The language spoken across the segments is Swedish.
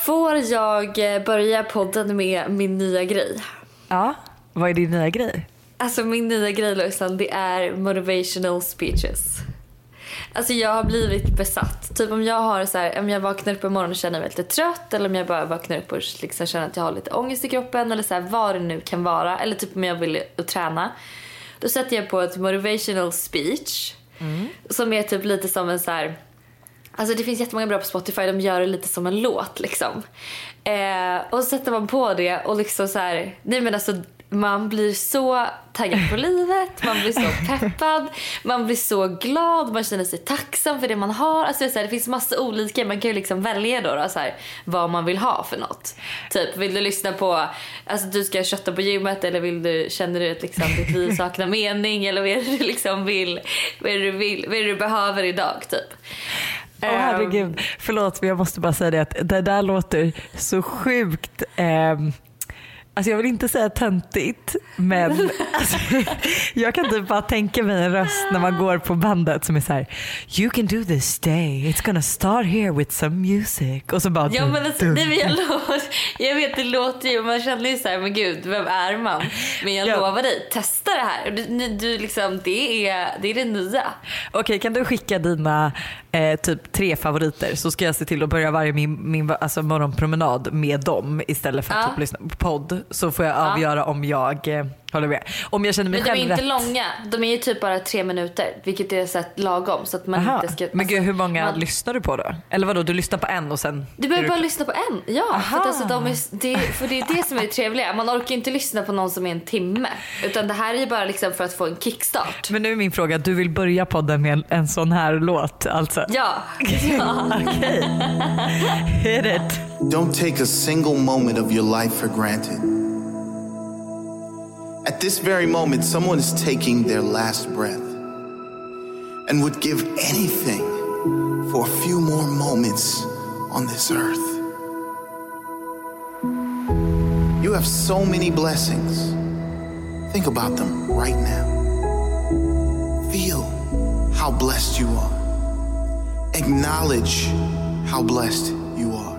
Får jag börja podden med min nya grej? Ja, vad är din nya grej? Alltså min nya grej, Lojsan, det är motivational speeches. Alltså jag har blivit besatt. Typ om jag har så här, om jag vaknar upp imorgon och känner mig lite trött, eller om jag bara vaknar upp och liksom känner att jag har lite ångest i kroppen, eller så här, vad det nu kan vara, eller typ om jag vill träna, då sätter jag på ett motivational speech som är typ lite som en så här. Alltså det finns jättemånga bra på Spotify. De gör det lite som en låt liksom. Och så sätter man på det och liksom så här. Nej men alltså, man blir så taggad på livet. Man blir så peppad. Man blir så glad. Man känner sig tacksam för det man har. Alltså det finns massa olika. Man kan ju liksom välja då så här, vad man vill ha för något. Typ, vill du lyssna på, alltså du ska kötta på gymmet, eller känner du att liksom ditt liv saknar mening, eller vad är det du liksom vill, vad är det du behöver idag typ. Herregud, förlåt, men jag måste bara säga det att det där låter så sjukt. Alltså jag vill inte säga töntigt, men alltså, jag kan typ bara tänka mig en röst när man går på bandet som är så här: you can do this day, it's gonna start here with some music, och så bara ja men alltså, jag vet det låter ju, man känner ju så här, men gud, vem är man? Men jag lovar dig, testa det här. Du liksom, det är det nya. Okej, kan du skicka dina typ 3 favoriter, så ska jag se till att börja varje min alltså morgonpromenad med dem istället för att typ lyssna på podd, så får jag avgöra om jag håller med. Om jag känner mig själv rätt. Men de är inte långa. De är ju typ bara 3 minuter, vilket är så att lagom, så att man inte ska. Men gud, hur många lyssnar du på då? Eller vadå, du lyssnar på en och sen du behöver bara lyssna på en. Ja, för att alltså det är det som är trevliga. Man orkar inte lyssna på någon som är en timme, utan det här är ju bara liksom för att få en kickstart. Men nu är min fråga, du vill börja podden med en sån här låt alltså? Ja. Okej. Hit it. Don't take a single moment of your life for granted. At this very moment, someone is taking their last breath and would give anything for a few more moments on this earth. You have so many blessings. Think about them right now. Feel how blessed you are. Acknowledge how blessed you are.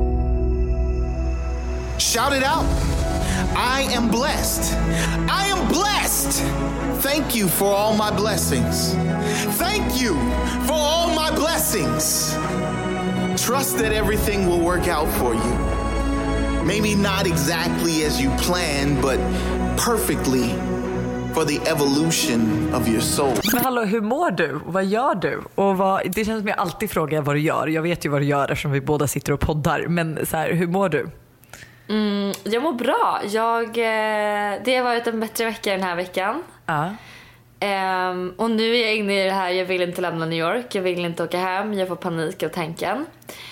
Shout it out. I am blessed. I am blessed. Thank you for all my blessings. Thank you for all my blessings. Trust that everything will work out for you. Maybe not exactly as you planned, but perfectly for the evolution of your soul. Men hallå, hur mår du? Vad gör du? Och det känns som jag alltid frågar vad du gör. Jag vet ju vad du gör eftersom vi båda sitter och poddar. Men så här, hur mår du? Jag mår bra. Det har varit en bättre vecka den här veckan. Och nu är jag inne i det här, jag vill inte lämna New York, jag vill inte åka hem, jag får panik av tanken.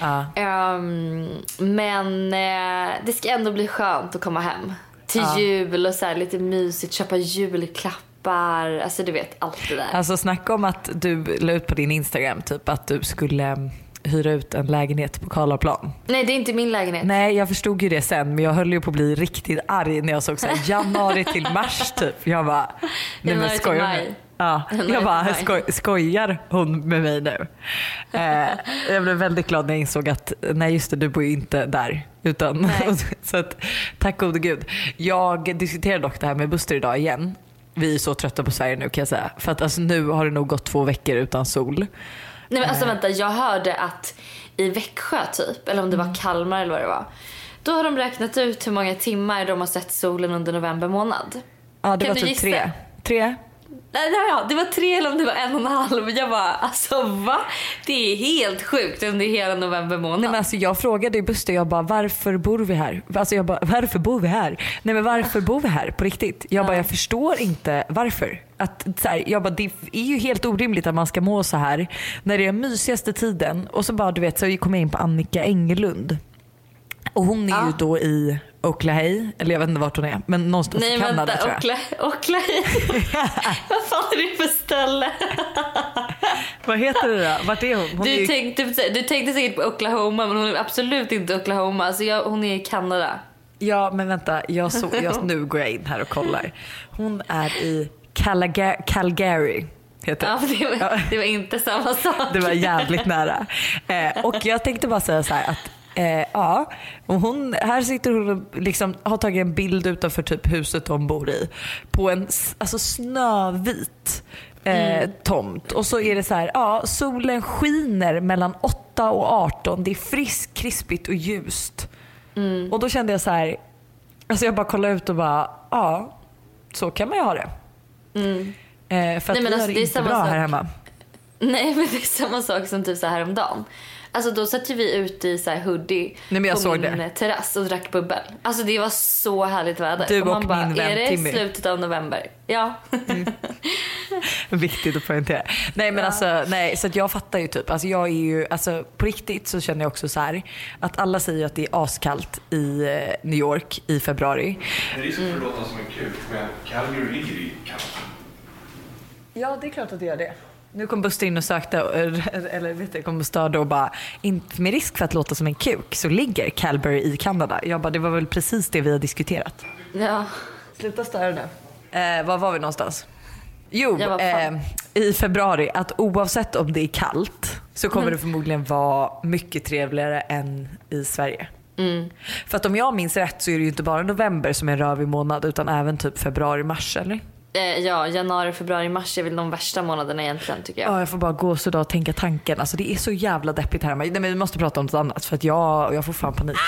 Men det ska ändå bli skönt att komma hem till jul och så här, lite mysigt, köpa julklappar, alltså du vet, allt det där. Alltså snacka om att du la ut på din Instagram typ att du skulle hyra ut en lägenhet på Karlaplan. Nej, det är inte min lägenhet. Nej, jag förstod ju det sen, men jag höll ju på att bli riktigt arg när jag såg så här, januari till mars typ. Jag bara, nej men skojar med. Ja, jag bara, skojar hon med mig nu? Jag blev väldigt glad när jag insåg att nej just det, du bor ju inte där. Utan, så att, tack gode gud. Jag diskuterade dock det här med Buster idag igen. Vi är så trötta på Sverige nu kan jag säga. För att alltså, nu har det nog gått 2 veckor utan sol. Nej men alltså vänta, jag hörde att i Växjö typ, eller om det var Kalmar eller vad det var, då har de räknat ut hur många timmar de har sett solen under november månad. Ja, det var typ 3. Nej, det var 3 eller om det var 1,5. Jag bara, alltså va? Det är helt sjukt under hela november månad. Nej men alltså jag frågade i Buster, jag bara, varför bor vi här? Alltså jag bara, varför bor vi här? Nej men varför bor vi här på riktigt? Jag bara, jag förstår inte varför. Att, så här, jag bara, det är ju helt orimligt att man ska må så här när det är den mysigaste tiden. Och så bara, du vet, så kom jag in på Annika Engelund. Och hon är ju då i Oklahoma, eller jag vet inte vart hon är, men någonstans i Kanada tror jag. Oklahoma. Vad fan är det för ställe? Vad heter det då? Vart är hon? Du tänkte säkert på Oklahoma, men hon är absolut inte Oklahoma. Alltså hon är i Kanada. Ja, men vänta, nu går jag in här och kollar. Hon är i Calgary. Ja, det var inte samma sak. Det var jävligt nära. Och jag tänkte bara säga så här att Ja, och här sitter hon och liksom har tagit en bild utanför typ huset de bor i på en alltså snövit tomt. Och så är det så här, ja, solen skiner mellan 8 och 18. Det är friskt, krispigt och ljust. Och då kände jag så här, alltså jag bara kollade ut och bara, ja, så kan man ju ha det. För att vi har det inte bra här hemma. Nej, men det är samma sak som typ så här om dagen. Alltså då satt ju vi ute i så här hoodie på min terrass och drack bubbel. Alltså det var så härligt väder. Du och man bara, min vän är det Timmy. Slutet av november? Ja. Viktigt att poängtera. Nej men alltså, nej, så att jag fattar ju typ. Alltså jag är ju, alltså på riktigt så känner jag också så här att alla säger att det är askallt i New York i februari. Det är risk för att låta som en kuk, men Calgary ligger i kallt. Ja, det är klart att det gör det. Nu kom Buster in och sökte, eller vet du, kom och störde och bara, inte med risk för att låta som en kuk så ligger Calgary i Kanada. Jag bara, det var väl precis det vi har diskuterat. Ja. Sluta störa nu. Var var vi någonstans? Jo, i februari, att oavsett om det är kallt så kommer det förmodligen vara mycket trevligare än i Sverige. För att om jag minns rätt så är det ju inte bara november som är en rövig månad utan även typ februari, mars, eller? Ja, januari, februari, mars är väl de värsta månaderna egentligen tycker jag. Ja, jag får bara gå så då och tänka tanken. Alltså det är så jävla deppigt här. Nej, men vi måste prata om något annat för att jag får fan panik.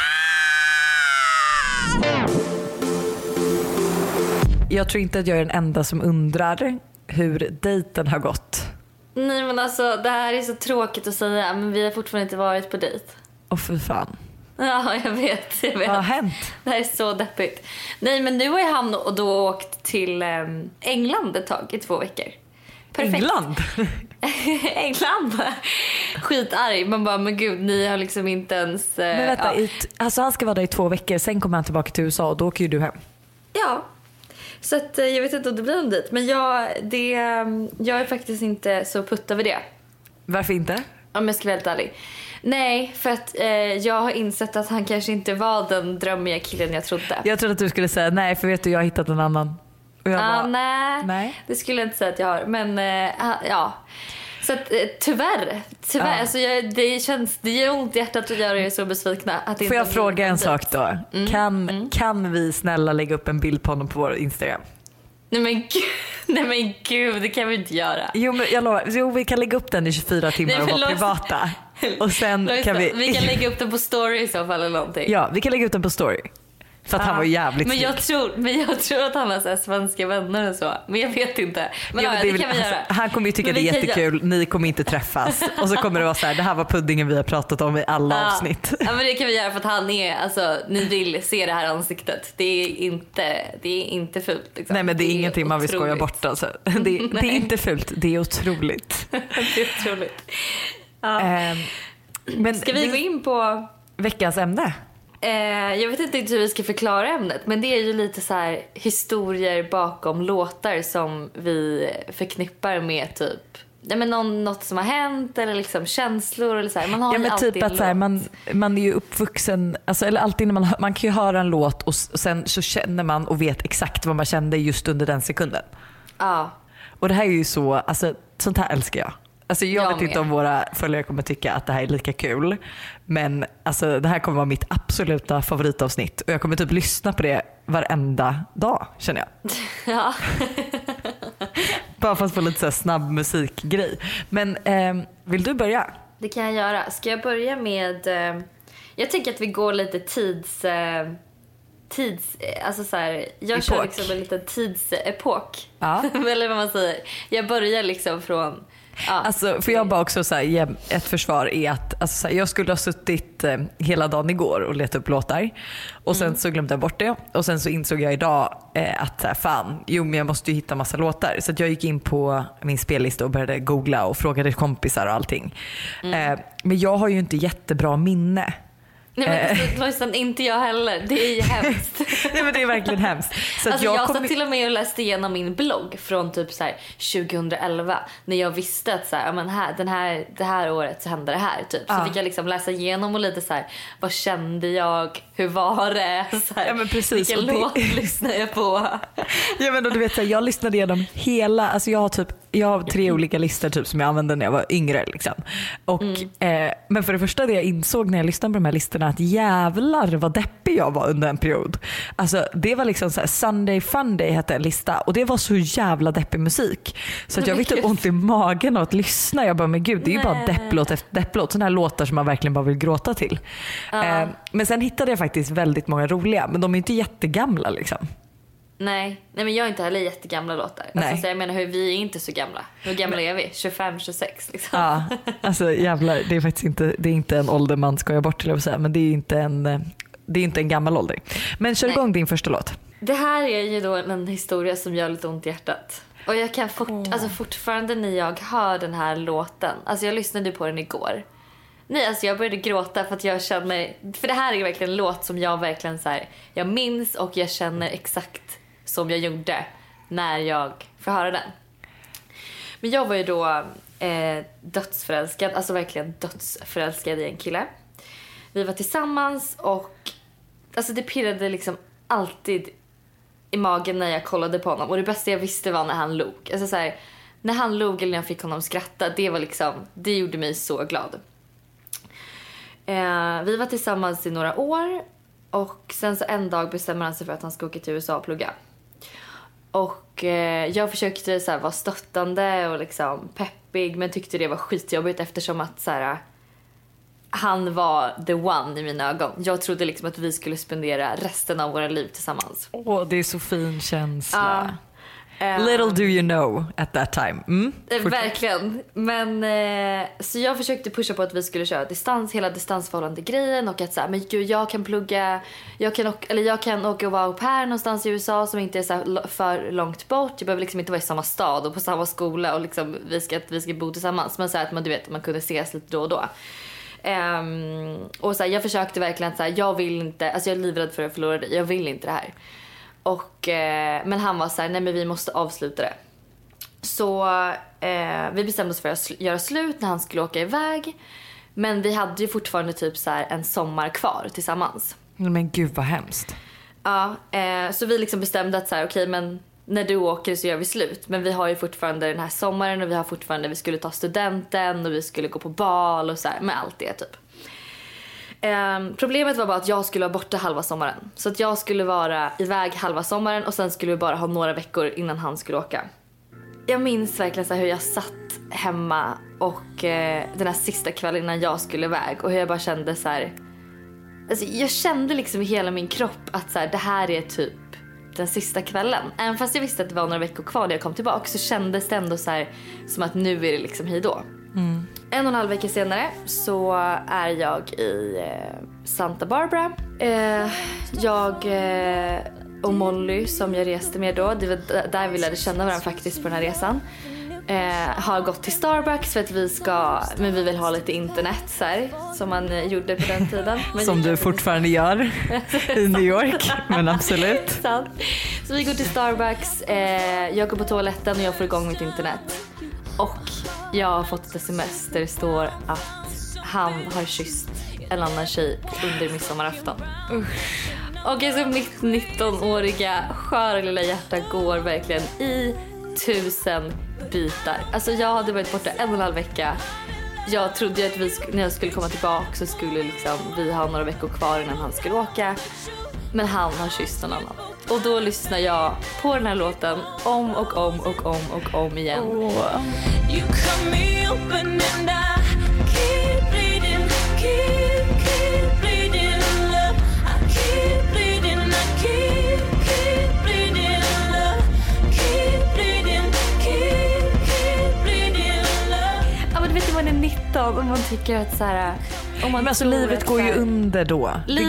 Jag tror inte att jag är den enda som undrar hur dejten har gått. Nej men alltså det här är så tråkigt att säga, men vi har fortfarande inte varit på dejt. Åh fy fan. Ja, jag vet. Vad har hänt? Det här är så deppigt. Nej, men nu har ju han och då åkt till England ett tag i 2 veckor. Perfekt. England? England. Skitarg. Man bara, men gud, ni har liksom inte ens... Men vänta, alltså han ska vara där i 2 veckor. Sen kommer han tillbaka till USA och då åker ju du hem. Ja. Så att, jag vet inte om det blir en dit. Men jag är faktiskt inte så putt över det. Varför inte? Om jag ska vara helt ärlig. Nej, för att jag har insett att han kanske inte var den drömmiga killen jag trodde. Jag trodde att du skulle säga nej, för vet du, jag har hittat en annan. Och jag bara, nej, det skulle jag inte säga att jag har. Men ja. Så att, tyvärr. Alltså, det gör ont i hjärtat att göra er så besvikna. Att får jag fråga en sak då? Kan vi snälla lägga upp en bild på honom på vår Instagram? Nej men gud, det kan vi inte göra. Jo, men jag lovar, vi kan lägga upp den i 24 timmar och vara privata. Och sen kan vi kan lägga upp den på story i så fall eller någonting. Ja, vi kan lägga upp den på story. För att han var jävligt men jag tror att han har så här svenska vänner och så. Men jag vet inte. Men, det kan vi göra. Han kommer ju tycka det är jättekul. Ni kommer inte träffas. Och så kommer det vara så här, det här var puddingen vi har pratat om i alla avsnitt. Ja, men det kan vi göra för att han är, alltså, ni vill se det här ansiktet. Det är inte fult liksom. Nej, men det är ingenting man vill skoja bort alltså. Det är inte fult, det är otroligt. Det är otroligt. Ja. Men ska vi gå in på veckans ämne? Jag vet inte hur vi ska förklara ämnet, men det är ju lite så här historier bakom låtar som vi förknippar med typ något som har hänt eller liksom känslor eller så här. Man har ju alltid typ att så här, man är ju uppvuxen alltså, eller alltid när man kan ju höra en låt och sen så känner man och vet exakt vad man kände just under den sekunden. Ja. Och det här är ju så, alltså sånt här älskar jag. Alltså jag vet inte om våra följare kommer tycka att det här är lika kul. Men alltså, det här kommer vara mitt absoluta favoritavsnitt. Och jag kommer typ lyssna på det varenda dag, känner jag. Ja. Bara fast på lite så här snabb musikgrej. Men vill du börja? Det kan jag göra. Ska jag börja med... jag tänker att vi går lite alltså så här, jag kör liksom en liten tidsepok. Ja. Eller vad man säger. Jag börjar liksom från... Ja. Alltså, för jag bara också säga ett försvar är att alltså, så här, jag skulle ha suttit hela dagen igår och letat upp låtar och sen så glömde jag bort det och sen så insåg jag idag att så här, fan, men jag måste ju hitta massa låtar så att jag gick in på min spellista och började googla och frågade kompisar och allting. Men jag har ju inte jättebra minne. Nej, men inte jag heller. Det är ju hemskt. Nej, men det är verkligen hemskt. Så alltså, jag satt till och med och läste igenom min blogg från typ så här 2011 när jag visste att så här, men det här året så hände det här typ. Så fick jag liksom läsa igenom och lite så här, vad kände jag hur var det? Så här, ja, men precis. Vilken låt lyssnar jag på? Ja, men du vet, jag lyssnade igenom hela, alltså jag har 3 olika listor typ som jag använde när jag var yngre liksom. Och, men för det första det jag insåg när jag lyssnade på de här listorna att jävlar vad deppig jag var under en period. Alltså det var liksom så här, Sunday Fun Day hette en lista och det var så jävla deppig musik. Så att jag fick ont i magen av att lyssna. Jag bara, men gud, det är ju bara depplåt efter depplåt. Sådana här låtar som man verkligen bara vill gråta till. Men sen hittade jag faktiskt väldigt många roliga, men de är inte jättegamla liksom. Nej, men jag är inte heller jättegamla låtar. Alltså, så jag menar, vi är inte så gamla. Hur gamla är vi? 25, 26 liksom. Ja, alltså jävlar, det är faktiskt inte en ålder man ska bort till att säga, men det är inte en gammal ålder. Men kör igång din första låt. Det här är ju då en historia som gör lite ont i hjärtat. Och jag kan fortfarande när jag hör den här låten, alltså jag lyssnade på den igår. Nej, alltså jag började gråta för att jag känner, för det här är verkligen en låt som jag verkligen så här, jag minns och jag känner exakt som jag gjorde när jag får höra den. Men jag var ju då dödsförälskad, alltså verkligen dödsförälskad i en kille. Vi var tillsammans och alltså det pirrade liksom alltid i magen när jag kollade på honom. Och det bästa jag visste var när han log. Alltså så här, när han log eller när jag fick honom skratta, det var liksom, det gjorde mig så glad. Vi var tillsammans i några år och sen så en dag bestämmer han sig för att han ska åka till USA och plugga. Och jag försökte så här vara stöttande och liksom peppig, men tyckte det var skitjobbigt eftersom att så här, han var the one i mina ögon. Jag trodde liksom att vi skulle spendera resten av våra liv tillsammans. Det är så fin känsla. Little do you know at that time. Verkligen. Men så jag försökte pusha på att vi skulle köra distans, hela distansförhållande grejen, och att så här, men gud, jag kan plugga, jag kan åka och vara au pair någonstans i USA som inte är så här för långt bort. Jag behöver liksom inte vara i samma stad och på samma skola och liksom vi ska bo tillsammans, men så här, att man, du vet, man kunde ses lite då och då. Och så här, jag försökte verkligen att så här, jag vill inte, alltså jag är livrädd för att förlora dig, jag vill inte det här. Och, men han var så här, nej men vi måste avsluta det. Så vi bestämde oss för att göra slut när han skulle åka iväg. Men vi hade ju fortfarande typ så här en sommar kvar tillsammans. Men gud vad hemskt. Ja, så vi liksom bestämde att så här, okej, men när du åker så gör vi slut. Men vi har ju fortfarande den här sommaren och vi har fortfarande, vi skulle ta studenten och vi skulle gå på bal och så här, med allt det typ. Problemet var bara att jag skulle vara borta halva sommaren. Så att jag skulle vara iväg halva sommaren och sen skulle vi bara ha några veckor innan han skulle åka. Jag minns verkligen så här hur jag satt hemma och den här sista kvällen innan jag skulle iväg och hur jag bara kände så här, alltså jag kände liksom i hela min kropp att så här, det här är typ den sista kvällen. Även fast jag visste att det var några veckor kvar när jag kom tillbaka, så kändes det ändå så här, som att nu är det liksom hej då. 1,5 vecka senare så är jag i Santa Barbara. Jag och Molly som jag reste med då, det var där vi lärde känna varandra faktiskt på den här resan, har gått till Starbucks för att vi vill ha lite internet så här, som man gjorde på den tiden. Men som du fortfarande gör i New York, men absolut. Sant. Så vi går till Starbucks, jag går på toaletten och jag får igång mitt internet. Och jag har fått ett sms där det står att han har kysst en annan tjej under midsommarafton. Och alltså mitt 19-åriga sköra lilla hjärta går verkligen i 1000 bitar. Alltså jag hade varit borta 1,5 vecka. Jag trodde att när jag skulle komma tillbaka så skulle liksom vi ha några veckor kvar innan han skulle åka. Men han har kysst någon annan. Och då lyssnar jag på den här låten om och om och om och om igen. You cut me open and I keep bleeding, keep bleeding love. I keep bleeding, I keep bleeding love. Keep bleeding, keep bleeding love. Ja, men du vet, man är 19 och man tycker att så här, men alltså livet går ju under då.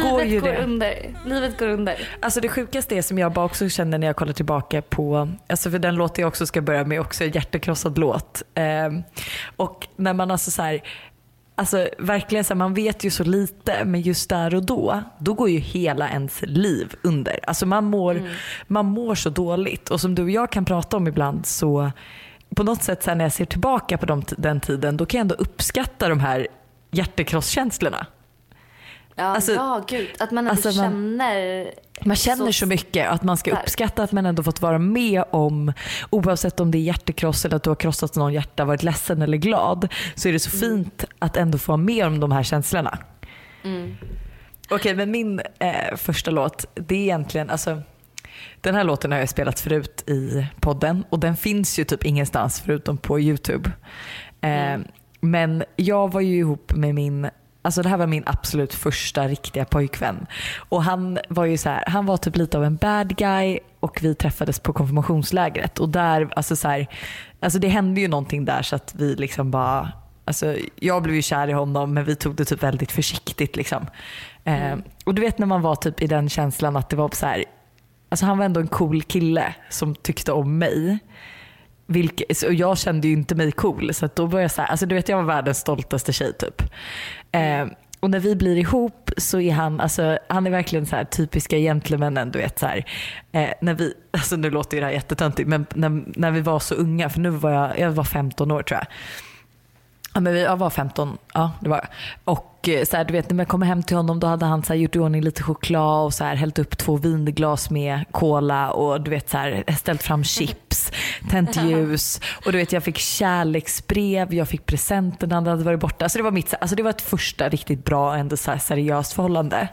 Livet går under. Alltså det sjukaste är som jag bara också känner när jag kollar tillbaka på, alltså för den låt jag också ska börja med också, hjärtekrossad låt. Och när man alltså så här, alltså verkligen så här, man vet ju så lite, men just där och då går ju hela ens liv under. Alltså man mår så dåligt, och som du och jag kan prata om ibland, så på något sätt så här, när jag ser tillbaka på den tiden, då kan jag ändå uppskatta de här hjärtekrosskänslorna. Ja, gud. Att man ändå känner... Man känner så mycket att man ska uppskatta att man ändå fått vara med om, oavsett om det är hjärtekross eller att du har krossat någon hjärta, varit ledsen eller glad, så är det så fint att ändå få vara med om de här känslorna. Okej, men min första låt, det är egentligen, alltså den här låten har jag spelat förut i podden och den finns ju typ ingenstans förutom på YouTube. Men jag var ju ihop med alltså det här var min absolut första riktiga pojkvän. Och han var ju så här, han var typ lite av en bad guy och vi träffades på konfirmationslägret. Och där, alltså det hände ju någonting där så att vi liksom bara, alltså jag blev ju kär i honom men vi tog det typ väldigt försiktigt liksom. Och du vet när man var typ i den känslan att det var så här, alltså han var ändå en cool kille som tyckte om mig. Och jag kände ju inte mig cool, så att då var jag så här, alltså du vet jag var världens stoltaste tjej typ. Och när vi blir ihop så är han, alltså han är verkligen så här typiska gentlemannen, du vet så här. När vi, alltså nu låter ju det här jättetöntigt, men när vi var så unga, för nu var jag var 15 år tror jag. Ja, men jag var 15, ja det var jag. Och så här, du vet när man kommer hem till honom då hade han så här, gjort i ordning lite choklad och så här, hällt upp 2 vinglas med cola och du vet så här, ställt fram chips, tänt ljus och du vet jag fick kärleksbrev, jag fick presenten när han hade varit borta. Så det var det var ett första riktigt bra ändå så här, seriöst förhållande.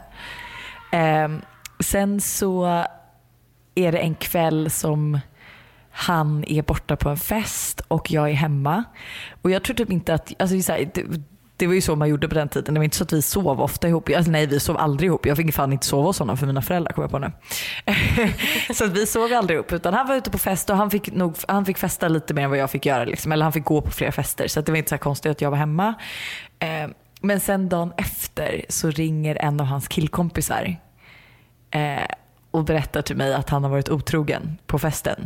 Sen så är det en kväll som han är borta på en fest och jag är hemma. Och jag tror typ inte att, alltså, det var ju så man gjorde på den tiden. Det var inte så att vi sov ofta ihop. Alltså, nej, vi sov aldrig ihop. Jag fick fan inte sova hos honom för mina föräldrar kom jag på nu. Så att vi sov aldrig ihop. Utan han var ute på fest och han fick festa lite mer än vad jag fick göra. Liksom. Eller han fick gå på flera fester. Så att det var inte så konstigt att jag var hemma. Men sen dagen efter så ringer en av hans killkompisar. Och berättar till mig att han har varit otrogen på festen.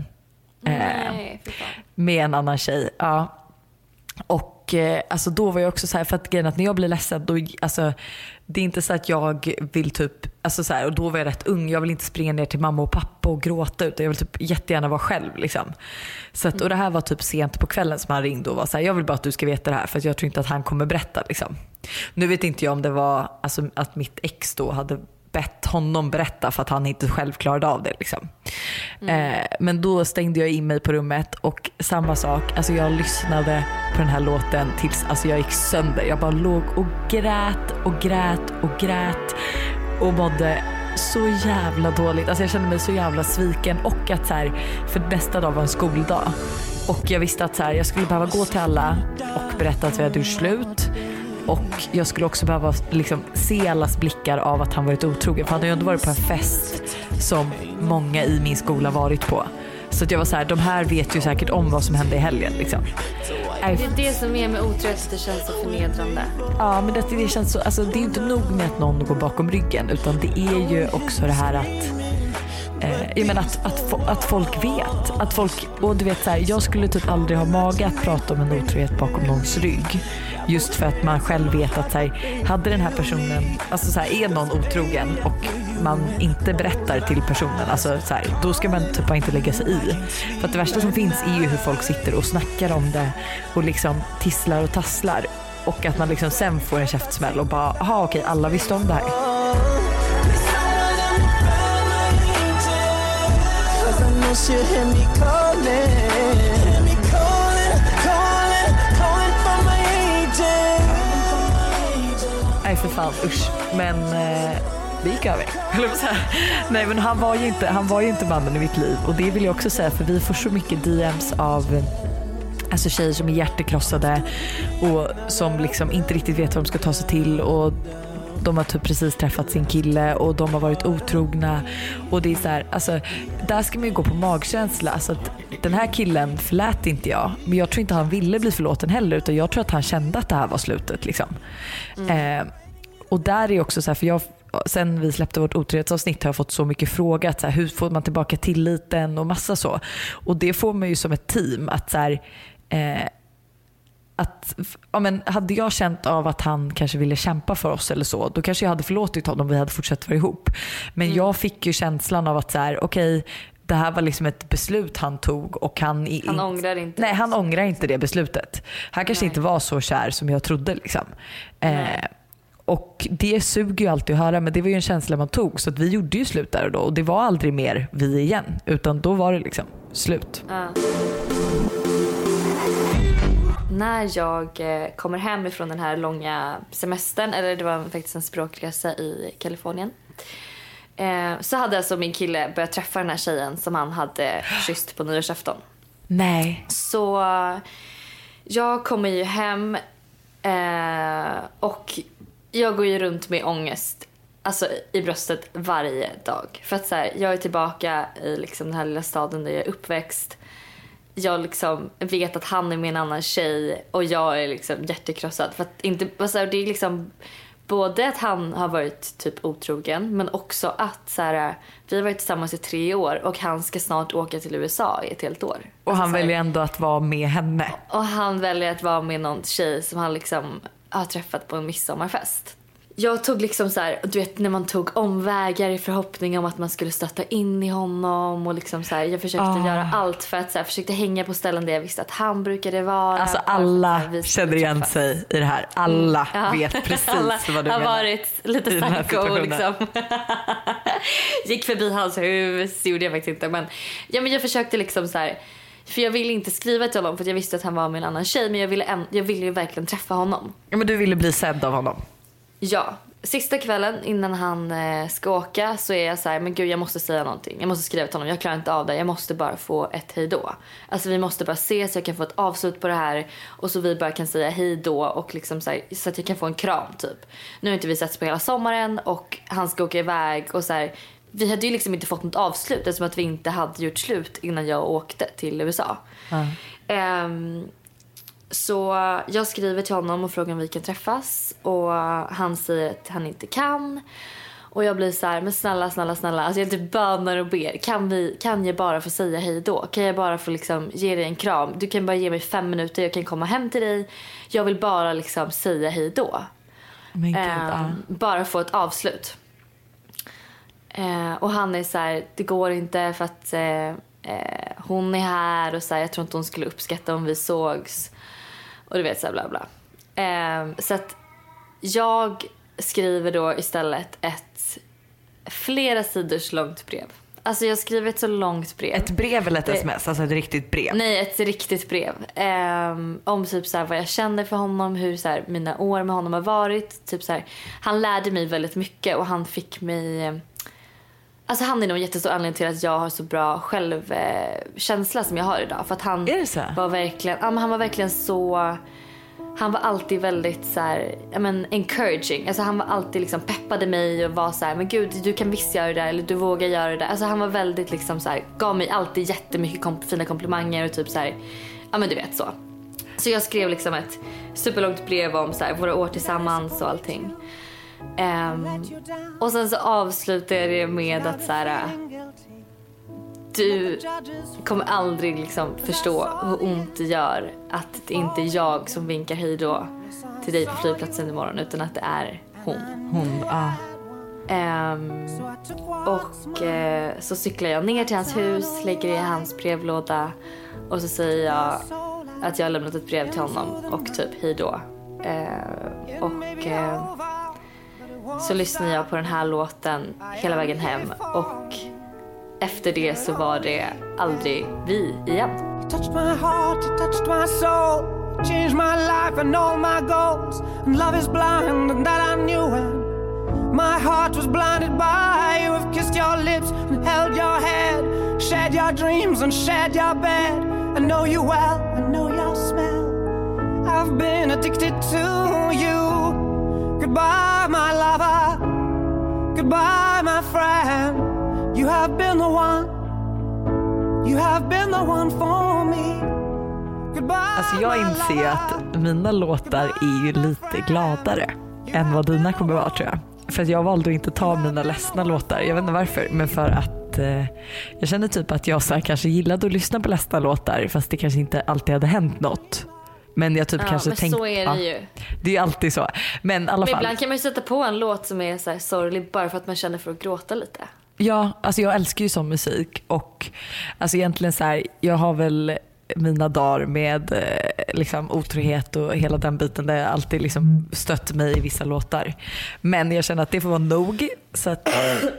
Med en annan tjej. Ja. Och alltså då var jag också så här, för att grejen att när jag blir ledsen då, alltså det är inte så att jag vill typ, alltså så här, och då var jag rätt ung, jag vill inte springa ner till mamma och pappa och gråta utan jag vill typ jättegärna vara själv liksom. Så att, och det här var typ sent på kvällen som han ringde och var så här, jag vill bara att du ska veta det här för att jag tror inte att han kommer berätta liksom. Nu vet inte jag om det var alltså, att mitt ex då hade bett honom berätta för att han inte själv klarade av det liksom. Men då stängde jag in mig på rummet och samma sak, alltså jag lyssnade på den här låten tills alltså jag gick sönder. Jag bara låg och grät och mådde så jävla dåligt. Alltså jag kände mig så jävla sviken och att så här, för nästa dag var en skoldag och jag visste att så här, jag skulle behöva gå till alla och berätta att vi hade gjort slut. Och jag skulle också behöva liksom se allas blickar av att han varit otrogen. För han hade ju ändå varit på en fest som många i min skola varit på. Så att jag var så här, de här vet ju säkert om vad som hände i helgen liksom. Det är det som är med otrohet, det känns så förnedrande. Ja, men det känns så, alltså det är inte nog med att någon går bakom ryggen. Utan det är ju också det här att jag menar att folk vet att folk, och du vet så här, jag skulle typ aldrig ha mage att prata om en otrohet bakom någons rygg. Just för att man själv vet att så här, hade den här personen, alltså så här, är någon otrogen och man inte berättar till personen, alltså så här, då ska man typ inte lägga sig i. För att det värsta som finns är ju hur folk sitter och snackar om det och liksom tisslar och tasslar. Och att man liksom sen får en käftsmäll och bara, aha okej, alla visste om det här. Nej för fan, usch. Men det gick över. Nej men han var ju inte mannen i mitt liv. Och det vill jag också säga, för vi får så mycket DMs av alltså tjejer som är hjärtekrossade och som liksom inte riktigt vet vad de ska ta sig till, och de har typ precis träffat sin kille och de har varit otrogna, och det är så här, alltså där ska man ju gå på magkänsla. Alltså att den här killen förlät inte jag, men jag tror inte han ville bli förlåten heller, utan jag tror att han kände att det här var slutet liksom. Och där är också så här, för jag, sen vi släppte vårt otrohetsavsnitt har jag fått så mycket frågor att så här, hur får man tillbaka tilliten och massa så, och det får man ju som ett team att så här, att ja, men hade jag känt av att han kanske ville kämpa för oss eller så, då kanske jag hade förlåtit honom om vi hade fortsatt vara ihop. Men jag fick ju känslan av att så här, okej, det här var liksom ett beslut han tog och han ångrar inte. Nej, han ångrar inte det beslutet. Han kanske inte var så kär som jag trodde liksom. Och det suger ju alltid att höra, men det var ju en känsla man tog. Så att vi gjorde ju slut där och då. Och det var aldrig mer vi igen. Utan då var det liksom slut. När jag kommer hem ifrån den här långa semestern, eller det var faktiskt en språkresa i Kalifornien, så hade alltså min kille börjat träffa den här tjejen som han hade kysst på nyårsafton. Nej. Så jag kommer ju hem och jag går ju runt med ångest, alltså i bröstet varje dag. För att så här, jag är tillbaka i liksom den här lilla staden där jag är uppväxt. Jag liksom vet att han är med en annan tjej och jag är liksom hjärtekrossad. För att inte, alltså det är liksom både att han har varit typ otrogen, men också att så här, vi har varit tillsammans i 3 år och han ska snart åka till USA i ett helt år. Och alltså, han väljer ändå att vara med henne. Och han väljer att vara med någon tjej som han liksom har träffat på en midsommarfest. Jag tog liksom så här, du vet när man tog omvägar i förhoppning om att man skulle stötta in i honom och liksom så här, jag försökte göra allt för att så här, försökte hänga på ställen där jag visste att han brukade vara. Alltså alla känner igen sig i det här. Alla vet precis alla vad du menar. Har varit lite psycho liksom. Gick förbi hans hus, gjorde jag faktiskt inte, men jag försökte liksom så här, för jag ville inte skriva till honom för jag visste att han var med en annan tjej, men jag ville ju verkligen träffa honom. Ja, men du ville bli sedd av honom. Ja, sista kvällen innan han ska åka så är jag så här, men gud jag måste säga någonting. Jag måste skriva till honom, jag klarar inte av det. Jag måste bara få ett hejdå. Alltså vi måste bara ses så jag kan få ett avslut på det här. Och så vi bara kan säga hejdå och liksom så här, så att jag kan få en kram typ. Nu har inte vi setts på hela sommaren och han ska åka iväg och så här. Vi hade ju liksom inte fått något avslut eftersom att vi inte hade gjort slut innan jag åkte till USA. Så jag skriver till honom och frågar om vi kan träffas. Och han säger att han inte kan. Och jag blir så här, men snälla. Alltså jag typ bönar och ber. Kan jag bara få säga hej då? Kan jag bara få liksom ge dig en kram? Du kan bara ge mig 5 minuter, jag kan komma hem till dig. Jag vill bara liksom säga hej då. Bara få ett avslut. Och han är så här, det går inte för att hon är här. Och så här, jag tror inte hon skulle uppskatta om vi sågs. Och du vet så här bla bla. Så att jag skriver då istället ett flera sidors långt brev. Alltså jag skriver ett så långt brev. Ett brev eller ett sms? Alltså ett riktigt brev? Nej, ett riktigt brev. Om typ så här vad jag kände för honom. Hur så här mina år med honom har varit. Typ så här, han lärde mig väldigt mycket. Och han fick mig... Alltså han är nog jättestor anledning till att jag har så bra självkänsla som jag har idag. För att han var verkligen, han var verkligen så, han var alltid väldigt så här, encouraging. Alltså han var alltid liksom peppade mig och var så här, men gud du kan visst göra det där, eller du vågar göra det där. Alltså han var väldigt liksom så här, gav mig alltid jättemycket fina komplimanger och typ så här, ja men du vet så. Så jag skrev liksom ett superlångt brev om så här, våra år tillsammans och allting. Och sen så avslutar jag det med att så här, du kommer aldrig liksom förstå hur ont det gör att det inte är jag som vinkar hej då till dig på flygplatsen imorgon, utan att det är hon. Så cyklar jag ner till hans hus, lägger i hans brevlåda och så säger jag att jag har lämnat ett brev till honom och typ hej då. Så lyssnar jag på den här låten hela vägen hem och efter det så var det aldrig vi igen. You touched my heart, you touched my soul, you changed my life and all my goals. And love is blind and that I knew when my heart was blinded by you. Have kissed your lips and held your head, shared your dreams and shared your bed. I know you well, I know your smell. I've been addicted to you. Goodbye, my lover. Goodbye, my friend. You have been the one. You have been the one for me. Goodbye. Alltså jag inser att mina låtar är ju lite gladare än vad dina kommer vara, tror jag. För att jag valde att inte ta mina ledsna låtar. Jag vet inte varför, men för att jag kände typ att jag så här kanske gillade att lyssna på ledsna låtar fast det kanske inte alltid hade hänt något. Men jag typ kanske men tänkte... så är det ju. Det är ju alltid så. Men i alla fall... ibland kan man ju sätta på en låt som är så här sorglig bara för att man känner för att gråta lite. Ja, alltså jag älskar ju sån musik. Och alltså egentligen så här, jag har väl mina dagar med liksom otrohet och hela den biten, där jag alltid liksom stött mig i vissa låtar. Men jag känner att det får vara nog, så att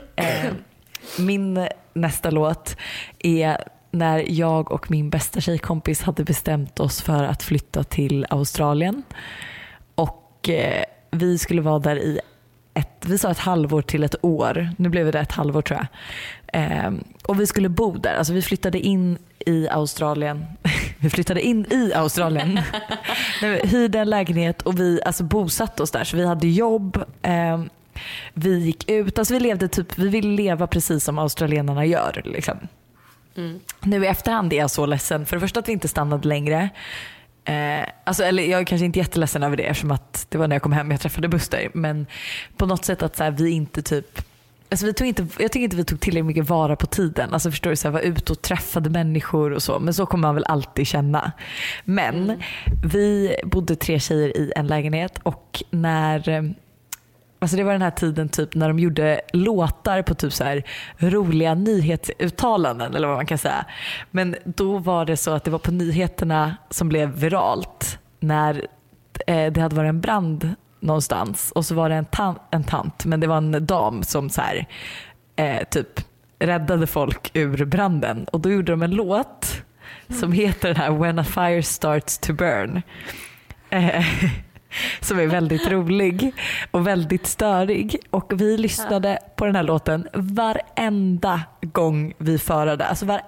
min nästa låt är när jag och min bästa tjejkompis hade bestämt oss för att flytta till Australien, och vi skulle vara där i vi sa ett halvår till ett år. Nu blev det ett halvår, tror jag. Och vi skulle bo där. Alltså vi flyttade in i Australien. Vi hyrde en lägenhet och vi bosatte oss där. Så vi hade jobb. Vi gick ut. Alltså vi ville leva precis som australienarna gör. Liksom. Nu i efterhand är jag så ledsen. För det första att vi inte stannade längre. Eller jag är kanske inte jätteledsen över det, eftersom att det var när jag kom hem jag träffade Buster, men på något sätt att så här, vi inte typ, alltså jag tycker inte vi tog tillräckligt mycket vara på tiden, alltså förstår du, så här, var ute och träffade människor och så, men så kommer man väl alltid känna. Men vi bodde 3 tjejer i en lägenhet, och när alltså det var den här tiden typ när de gjorde låtar på typ så här roliga nyhetsuttalanden, eller vad man kan säga. Men då var det så att det var på nyheterna som blev viralt när det hade varit en brand någonstans, och så var det en tant, men det var en dam som så här typ räddade folk ur branden, och då gjorde de en låt som heter den här When a fire starts to burn. Som är väldigt rolig och väldigt störig, och vi lyssnade på den här låten varenda gång vi förade,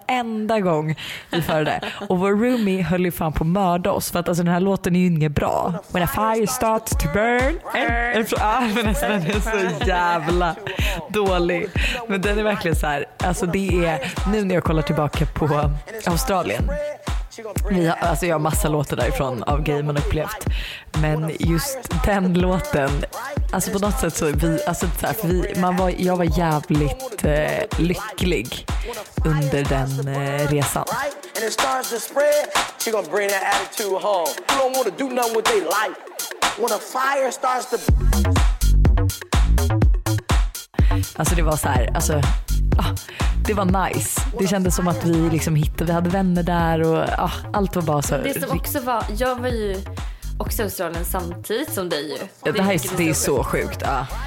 och vår roomie höll ju fan på att mörda oss, för att alltså den här låten är ju inget bra. When a fire starts to burn, men alltså den är så jävla dålig, men den är verkligen så här, alltså det är, nu när jag kollar tillbaka på Australien, jag har massa låtar därifrån av grejer man upplevt, men just den låten, alltså på något sätt så jag var jävligt lycklig under den resan. Alltså det var så här, det var nice. Det kändes som att vi liksom vi hade vänner där, och allt var bara så. Det som också var, jag var ju också i Australien samtidigt som dig ju. Det är så sjukt.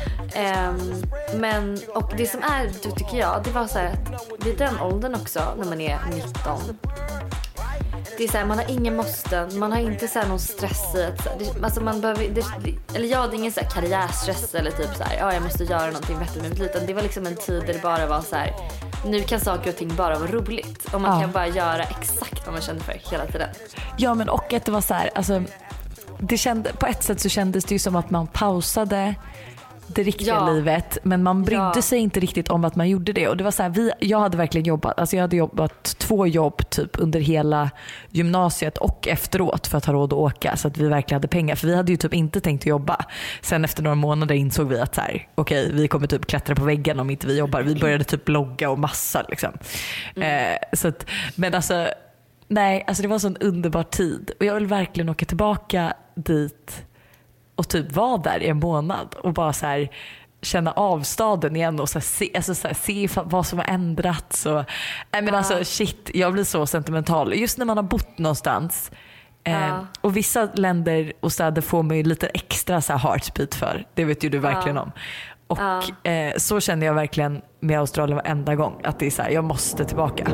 Men och det som är, tycker jag, det var så här att vid den åldern också, när man är 19, det är så här, man har ingen måsten, man har inte så här någon stress i att alltså man behöver eller jag hade ingen så här karriärstress eller typ så här, jag måste göra någonting vettigt med mitt liv, utan det var liksom en tid där det bara var så här, nu kan saker och ting bara vara roligt, och man kan bara göra exakt vad man kände för hela tiden. Ja, men och att det var så här, alltså på ett sätt så kändes det ju som att man pausade det riktiga livet, men man brydde sig inte riktigt om att man gjorde det. Och det var så här, jag hade verkligen jobbat, alltså jag hade jobbat 2 jobb typ under hela gymnasiet och efteråt för att ha råd att åka, så att vi verkligen hade pengar, för vi hade ju typ inte tänkt att jobba. Sen efter några månader insåg vi att så här, okej, vi kommer typ klättra på väggen om inte vi jobbar. Vi började typ blogga och massa liksom. Så att, men alltså nej, alltså det var en sån underbar tid, och jag vill verkligen åka tillbaka dit och typ vara där i en månad och bara så här känna av staden igen och så här, se vad som har ändrats. Och, alltså shit, jag blir så sentimental just när man har bott någonstans. Och vissa länder och städer får man ju lite extra så här heartbeat för. Det vet ju du verkligen om. Och så känner jag verkligen med Australien varenda gång, att det är så här, jag måste tillbaka.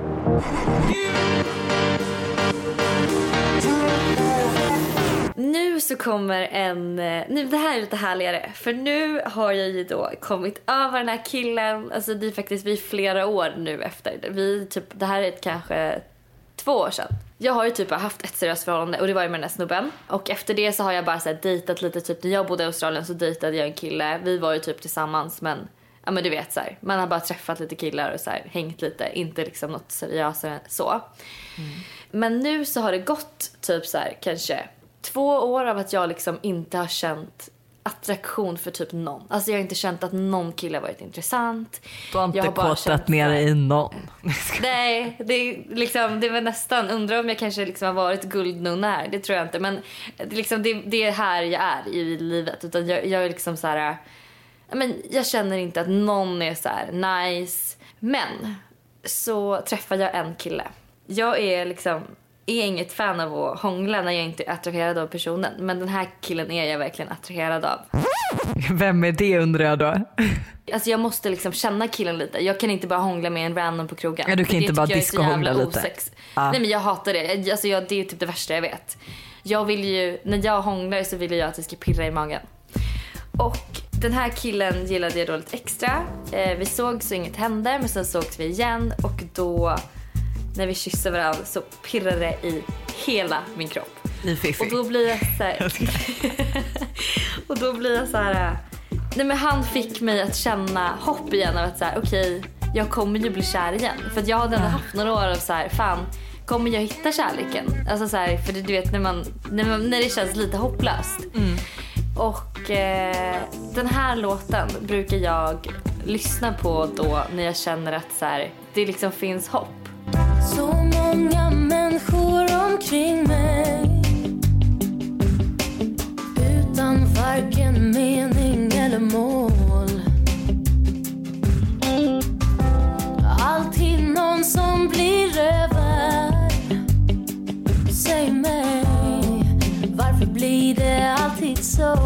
Nu så kommer det här är lite härligare, för nu har jag ju då kommit över den här killen, alltså det är faktiskt vi flera år nu efter. Det här är kanske 2 år sedan. Jag har ju typ haft ett seriöst förhållande, och det var ju med den här snubben. Och efter det så har jag bara så här dejtat lite, typ när jag bodde i Australien så dejtade jag en kille. Vi var ju typ tillsammans, men du vet så här, man har bara träffat lite killar och så här, hängt lite, inte liksom något seriösare så. Men nu så har det gått typ så här kanske 2 år av att jag liksom inte har känt attraktion för typ någon. Alltså jag har inte känt att någon kille har varit intressant. Du har inte kåtat ner i någon. Nej, det var nästan, undrar om jag kanske liksom har varit guldnonär. Det tror jag inte, men det är här jag är i livet. Utan jag är liksom så här, men jag känner inte att någon är så här nice. Men så träffade jag en kille. Jag är liksom är inget fan av att hångla när jag inte är attraherad av personen. Men den här killen är jag verkligen attraherad av. Vem är det, undrar jag då? Alltså jag måste liksom känna killen lite. Jag kan inte bara hångla med en random på krogen. Ja, du kan inte bara disco-hångla lite. Nej, men jag hatar det. Alltså det är typ det värsta jag vet. Jag vill ju, när jag hånglar så vill jag att det ska pirra i magen. Och den här killen gillade jag då lite extra. Vi såg så inget hände, men sen sågs vi igen. Och då, när vi kysste varandra, så pirrade det i hela min kropp. I fiffi. Och då blir jag så här... och då blir jag så här... Nej, men han fick mig att känna hopp igen av att så här, okej, jag kommer ju bli kär igen. För att jag hade ändå haft några år av så här, fan, kommer jag hitta kärleken? Alltså så här, för du vet när det känns lite hopplöst. Och den här låten brukar jag lyssna på då när jag känner att så här, det liksom finns hopp. Så många människor omkring mig utan varken mening eller mål. Alltid någon som blir över. Säg mig, varför blir det alltid så?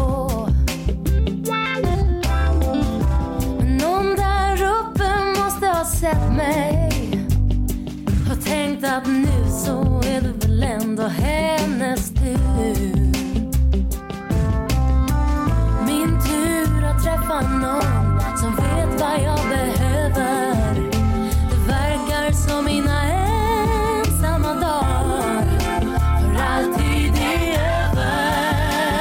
Men någon där uppe måste ha sett mig. Har tänkt att nu så är det väl ändå hennes tur. Min tur att träffa någon som vet vad jag behöver. Det verkar som mina ensamma dagar för alltid är över.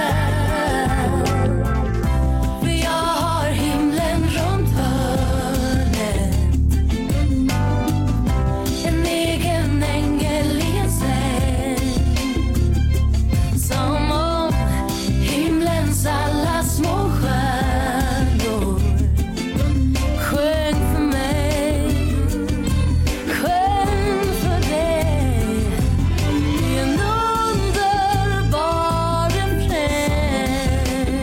För jag har himlen runt hörnet, en egen ängel i en säng. Som om himlens alla små stjärnor sjöng för mig, sjöng för dig i en underbar refräng.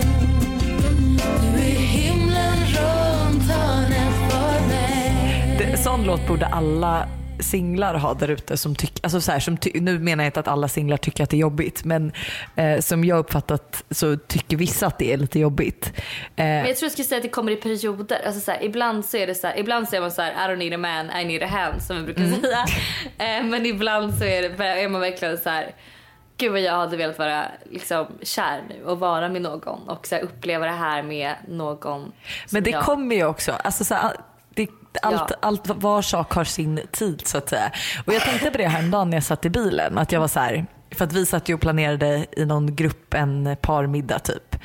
Du är himlen runt hörnet för mig. Sån låt borde alla singlar ha där ute som tycker, alltså så här, nu menar jag inte att alla singlar tycker att det är jobbigt, men som jag uppfattat så tycker vissa att det är lite jobbigt. Men jag tror jag skulle säga att det kommer i perioder. Alltså så här, ibland så är det så här, ibland säger man så här, I don't need a man, I need a hand, som vi brukar säga. Men ibland så är man verkligen så här, gud vad jag hade velat vara liksom kär nu och vara med någon och så här, uppleva det här med någon. Men det kommer ju också, alltså så här, allt var sak har sin tid så att säga. Och jag tänkte på det häromdagen när jag satt i bilen, att jag var så här, för att vi satt ju och planerade i någon grupp en parmiddag typ.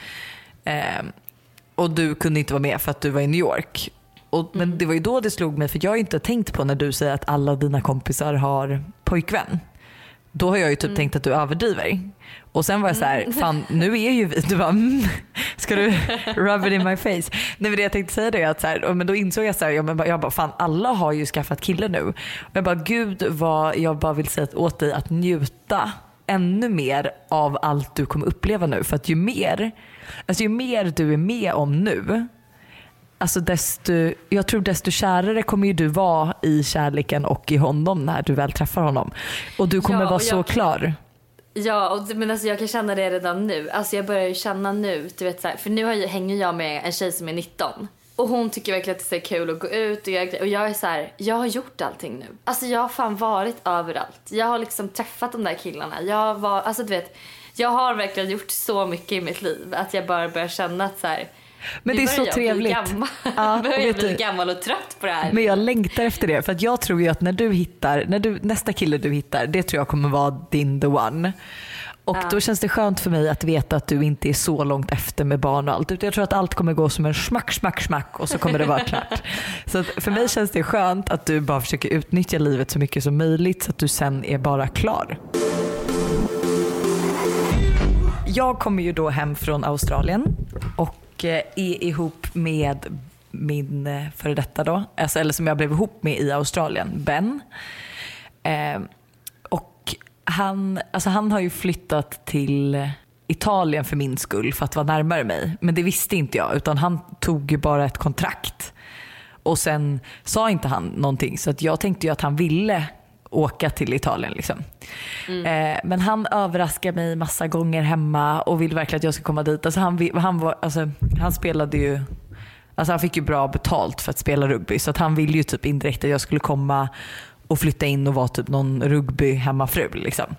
Och du kunde inte vara med för att du var i New York. Men det var ju då det slog mig, för jag har ju inte tänkt på när du säger att alla dina kompisar har pojkvän. Då har jag ju typ tänkt att du överdriver. Och sen var jag så här, fan, nu är ju vi, du bara, ska du rub it in my face? Nej, men det jag tänkte säga det är att så här, men då insåg jag så här, jag bara, fan, alla har ju skaffat kille nu. Och jag bara, gud vad jag bara vill säga åt dig att njuta ännu mer av allt du kommer uppleva nu. För att ju mer du är med om nu, alltså jag tror desto kärare kommer ju du vara i kärleken och i honom när du väl träffar honom. Och du kommer vara så klar. Ja, men alltså jag kan känna det redan nu. Alltså jag börjar ju känna nu, du vet så här, för nu hänger jag med en tjej som är 19. Och hon tycker verkligen att det är kul att gå ut och jag är så här, jag har gjort allting nu. Alltså jag har fan varit överallt. Jag har liksom träffat de där killarna. Alltså du vet, jag har verkligen gjort så mycket i mitt liv att jag bara börjar känna att så här, men det är så trevligt. Ja, börjar jag bli gammal och trött på det här. Men jag längtar efter det, för att jag tror ju att nästa kille du hittar, det tror jag kommer vara din the one. Och då känns det skönt för mig att veta att du inte är så långt efter med barn och allt. Jag tror att allt kommer gå som en smack och så kommer det vara klart. Så att för mig känns det skönt att du bara försöker utnyttja livet så mycket som möjligt så att du sen är bara klar. Jag kommer ju då hem från Australien och är ihop med min före detta då, alltså, eller som jag blev ihop med i Australien, Ben. Och han har ju flyttat till Italien för min skull, för att vara närmare mig. Men det visste inte jag, utan han tog ju bara ett kontrakt. Och sen sa inte han någonting, så att jag tänkte ju att han ville åka till Italien liksom. Men han överraskar mig massa gånger hemma och vill verkligen att jag ska komma dit. Alltså han spelade ju, alltså han fick ju bra betalt för att spela rugby, så att han ville ju typ indirekt att jag skulle komma och flytta in och vara typ någon rugby hemmafru liksom.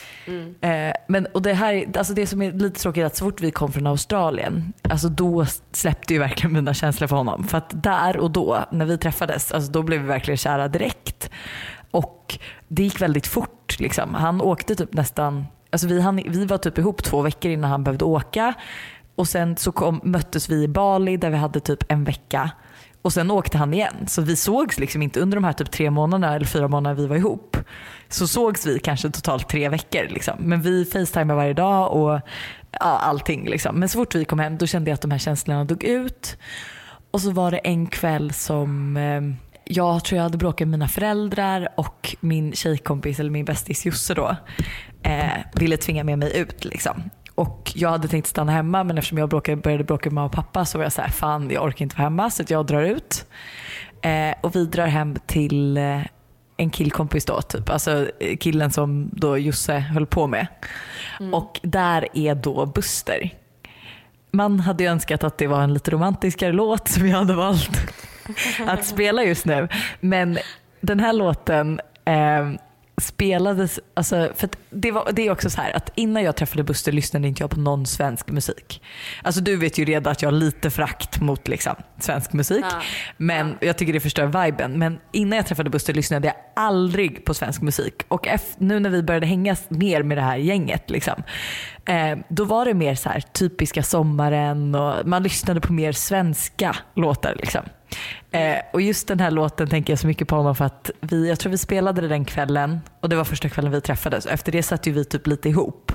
Men och det här, alltså det som är lite tråkigt är att så fort vi kom från Australien, alltså då släppte ju verkligen mina känslor för honom, för att där och då när vi träffades, alltså då blev vi verkligen kära direkt. Och det gick väldigt fort liksom. Han åkte typ nästan, alltså vi var typ ihop 2 veckor innan han behövde åka, och sen så möttes vi i Bali där vi hade typ en vecka, och sen åkte han igen. Så vi sågs liksom inte under de här typ 3 månaderna eller 4 månader vi var ihop. Så sågs vi kanske totalt 3 veckor liksom. Men vi facetimade varje dag och allting liksom. Men så fort vi kom hem då kände jag att de här känslorna dog ut. Och så var det en kväll som jag tror jag hade bråkat med mina föräldrar, och min tjejkompis eller min bästis Josse då ville tvinga med mig ut liksom. Och jag hade tänkt stanna hemma, men eftersom jag började bråka med mamma och pappa så var jag så här, fan jag orkar inte vara hemma, så att jag drar ut. Och vi drar hem till en killkompis då typ, alltså killen som då Josse höll på med. Och där är då Buster. Man hade ju önskat att det var en lite romantiskare låt som jag hade valt att spela just nu, men den här låten spelades, alltså, för att det är också så här att innan jag träffade Buster lyssnade inte jag på någon svensk musik. Alltså du vet ju redan att jag har lite frakt mot liksom svensk musik, men jag tycker det förstör viben. Men innan jag träffade Buster lyssnade jag aldrig på svensk musik, och nu när vi började hänga mer med det här gänget liksom, då var det mer så här typiska sommaren, och man lyssnade på mer svenska låtar liksom. Och just den här låten tänker jag så mycket på honom för att jag tror vi spelade det den kvällen, och det var första kvällen vi träffades. Efter det satt ju vi typ lite ihop.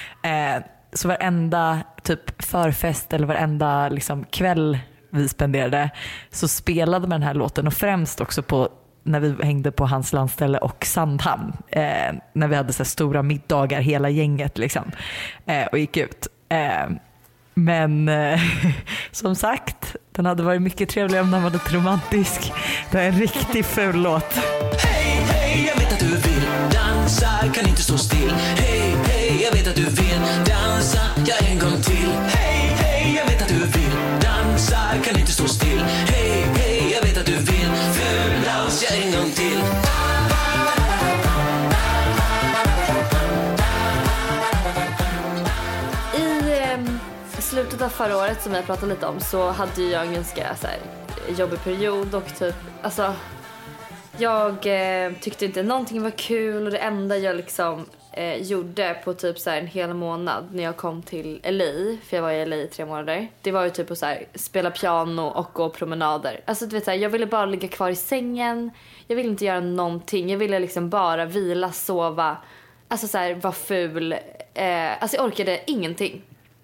Så varenda typ förfest eller varenda liksom kväll vi spenderade så spelade man den här låten, och främst också på när vi hängde på hans landställe och Sandhamn, när vi hade så här stora middagar hela gänget liksom, och gick ut. Men som sagt, den hade varit mycket trevligare om den var lite romantisk. Det är en riktigt ful låt. Hej, hej, jag vet att du vill dansa, kan inte stå still. Hej, hej, jag vet att du vill dansa, ja en gång till. Hej, hej, jag vet att du vill dansa, kan inte stå still. Hej, hej, jag vet att du vill fuldans, ja en gång till. I slutet av förra året som jag pratade lite om så hade jag en ganska så här, jobbig period, och typ alltså jag tyckte inte någonting var kul, och det enda jag liksom gjorde på typ så här en hel månad när jag kom till LA, för jag var i LA i 3 månader, det var ju typ att så här, spela piano och gå promenader. Alltså du vet så här, jag ville bara ligga kvar i sängen, jag ville inte göra någonting, jag ville liksom bara vila, sova, alltså så här, vara ful, alltså jag orkade ingenting.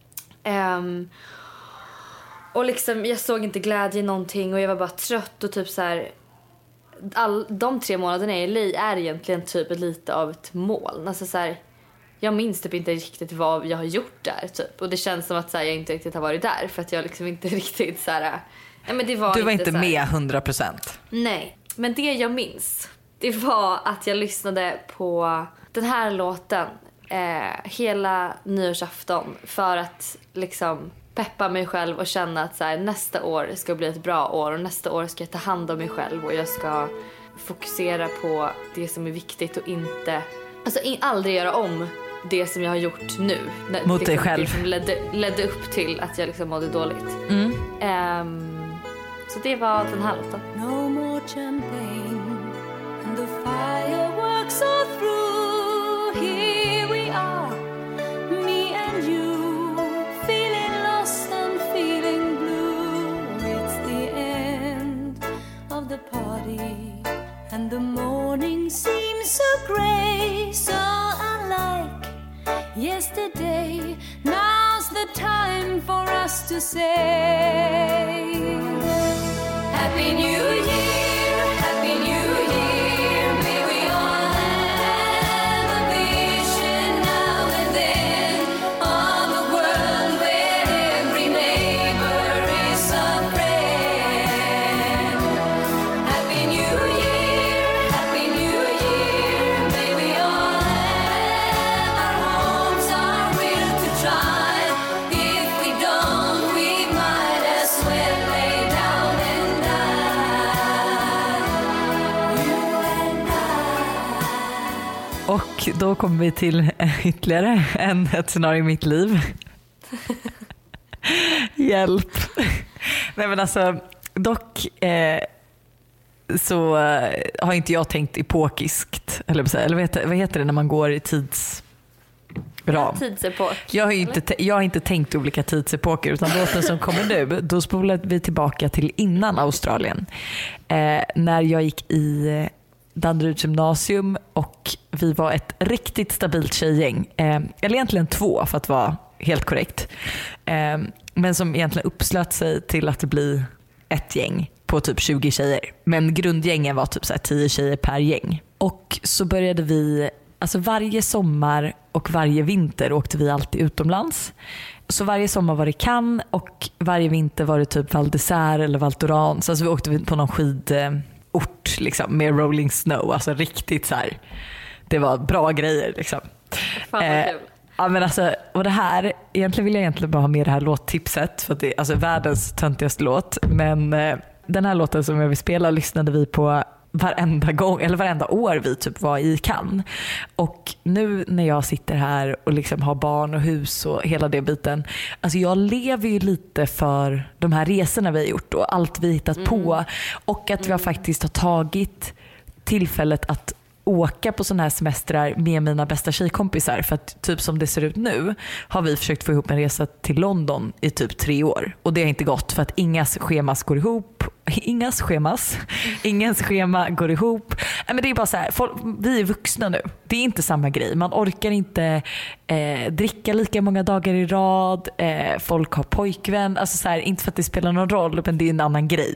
Och liksom jag såg inte glädje i någonting, och jag var bara trött, och typ så här, de 3 månaderna i LA är egentligen typ lite av ett moln. Alltså så här, jag minns typ inte riktigt vad jag har gjort där typ, och det känns som att så här, jag inte riktigt har varit där, för att jag liksom inte riktigt så här, nej, men det var du var inte så här, med 100%. Nej, men det jag minns, det var att jag lyssnade på den här låten hela nyårsafton för att liksom peppa mig själv och känna att så här, nästa år ska bli ett bra år, och nästa år ska jag ta hand om mig själv, och jag ska fokusera på det som är viktigt och inte, alltså aldrig göra om det som jag har gjort nu mot liksom, dig själv, det som ledde upp till att jag liksom mådde dåligt. Så det var den här låten. No more champagne and the fireworks are through. Here we are, me and you, feeling lost and feeling blue. It's the end of the party and the morning seems so grey, so unlike yesterday. Now's the time for us to say Happy New Year, Happy New Year. May we all have a vision now and then of a world where every neighbor is a friend. Happy New Year, Happy New Year. Och då kommer vi till ytterligare ett scenario i mitt liv. Hjälp. Nej men alltså, dock så har inte jag tänkt epokiskt. Eller vad heter det när man går i tidsram? Tidsepok. Jag har inte tänkt olika tidsepoker, utan låten som kommer nu, då spolar vi tillbaka till innan Australien. När jag gick i Danderyds gymnasium och vi var ett riktigt stabilt tjejgäng. Eller egentligen 2 för att vara helt korrekt. Men som egentligen uppslöt sig till att bli ett gäng på typ 20 tjejer. Men grundgängen var typ så här 10 tjejer per gäng. Och så började vi, alltså varje sommar och varje vinter åkte vi alltid utomlands. Så varje sommar var det Cannes och varje vinter var det typ Val d'Isère eller Val Thorens. Alltså vi åkte på någon skidort liksom, med rolling snow. Alltså riktigt så här. Det var bra grejer liksom. Fan vad kul. Ja, men alltså, och det här, egentligen vill jag bara ha med det här låttipset för att det är alltså världens töntigaste låt, men den här låten som jag vill spela lyssnade vi på varenda år vi typ var i Cannes. Och nu när jag sitter här och liksom har barn och hus och hela det biten, alltså jag lever ju lite för de här resorna vi har gjort och allt vi hittat på, och att vi faktiskt har tagit tillfället att åka på såna här semestrar med mina bästa tjejkompisar, för att typ som det ser ut nu har vi försökt få ihop en resa till London i typ 3 år, och det har inte gått för att ingas schema går ihop. Ingens schema går ihop. Men det är bara så här, vi är vuxna nu. Det är inte samma grej. Man orkar inte dricka lika många dagar i rad. Folk har pojkvän. Alltså så här, inte för att det spelar någon roll, men det är en annan grej.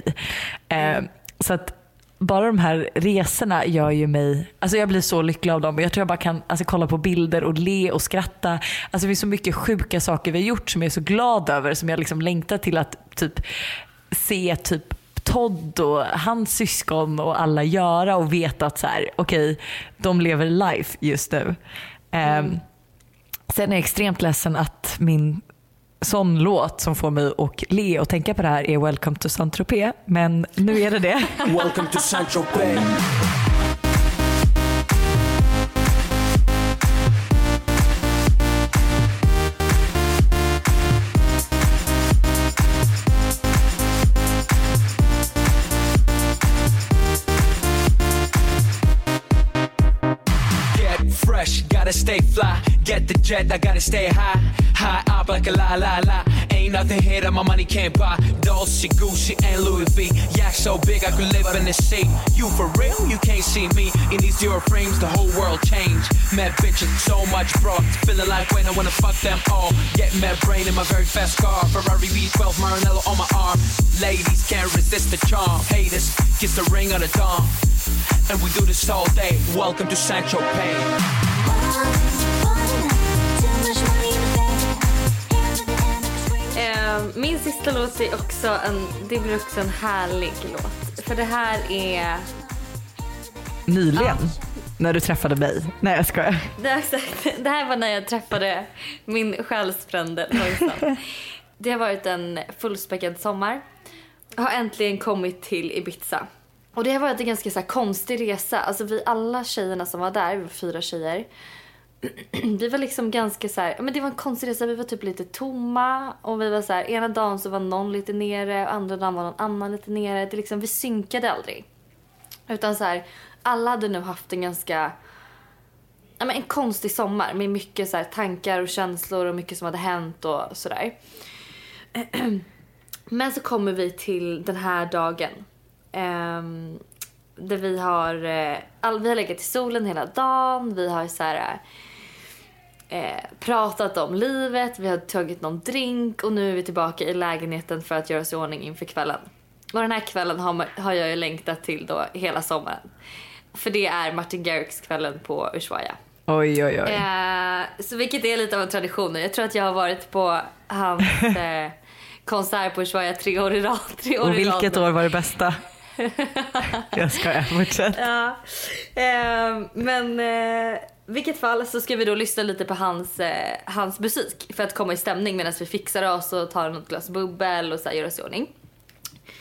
Så att bara de här resorna gör ju mig, alltså jag blir så lycklig av dem. Jag tror jag bara kan kolla på bilder och le och skratta. Alltså det finns så mycket sjuka saker vi har gjort som jag är så glad över, som jag liksom längtar till att typ se typ Todd och hans syskon och alla göra, och veta att så här, okej, de lever life just nu. Sen är jag extremt ledsen att min sån låt som får mig att le och tänka på det här är Welcome to Saint-Tropez, men nu är det. Welcome to Saint-Tropez. Gotta stay fly, get the jet, I gotta stay high, high up like a la la la. Ain't nothing here that my money can't buy. Dolce, Gucci, and Louis V. Yak so big I could live in the sea. You for real? You can't see me in these zero frames. The whole world changed. Mad bitches, so much broad. Feeling like when I wanna fuck them all. Get mad brain in my very fast car. Ferrari V12 Maranello on my arm. Ladies can't resist the charm. Haters kiss the ring on the dawn. And we do this all day. Welcome to Saint-Tropez. Min sista låt är också det blir också en härlig låt. För det här är nyligen när du träffade mig. Nej, jag skojar. Det här var när jag träffade min själsfrände Lojsan. Det har varit en fullspäckad sommar. Jag har äntligen kommit till Ibiza. Och det har varit en ganska så här konstig resa. Alltså vi alla tjejerna som var där, vi var 4 tjejer. Vi var liksom ganska så här, men det var en konstig resa. Vi var typ lite tomma. Och vi var så här, ena dagen så var någon lite nere. Och andra dagen var någon annan lite nere. Det liksom, vi synkade aldrig. Utan så här, alla hade nu haft en ganska, ja, men en konstig sommar. Med mycket så här tankar och känslor. Och mycket som hade hänt och sådär. Men så kommer vi till den här dagen. Där vi har legat i solen hela dagen. Vi har så här, pratat om livet. Vi har tagit någon drink. Och nu är vi tillbaka i lägenheten för att göra oss i ordning inför kvällen. Och den här kvällen har jag ju längtat till då hela sommaren. För det är Martin Garrix-kvällen på Ushuaia. Oj. Så vilket är lite av en tradition. Jag tror att jag har varit på hans konsert på Ushuaia 3 år i rad. Och vilket år var det bästa? Jag ska fortsätta. Ja. Men vilket fall så ska vi då lyssna lite på hans musik för att komma i stämning medan vi fixar oss och tar något glas bubbel och så här, gör oss i ordning.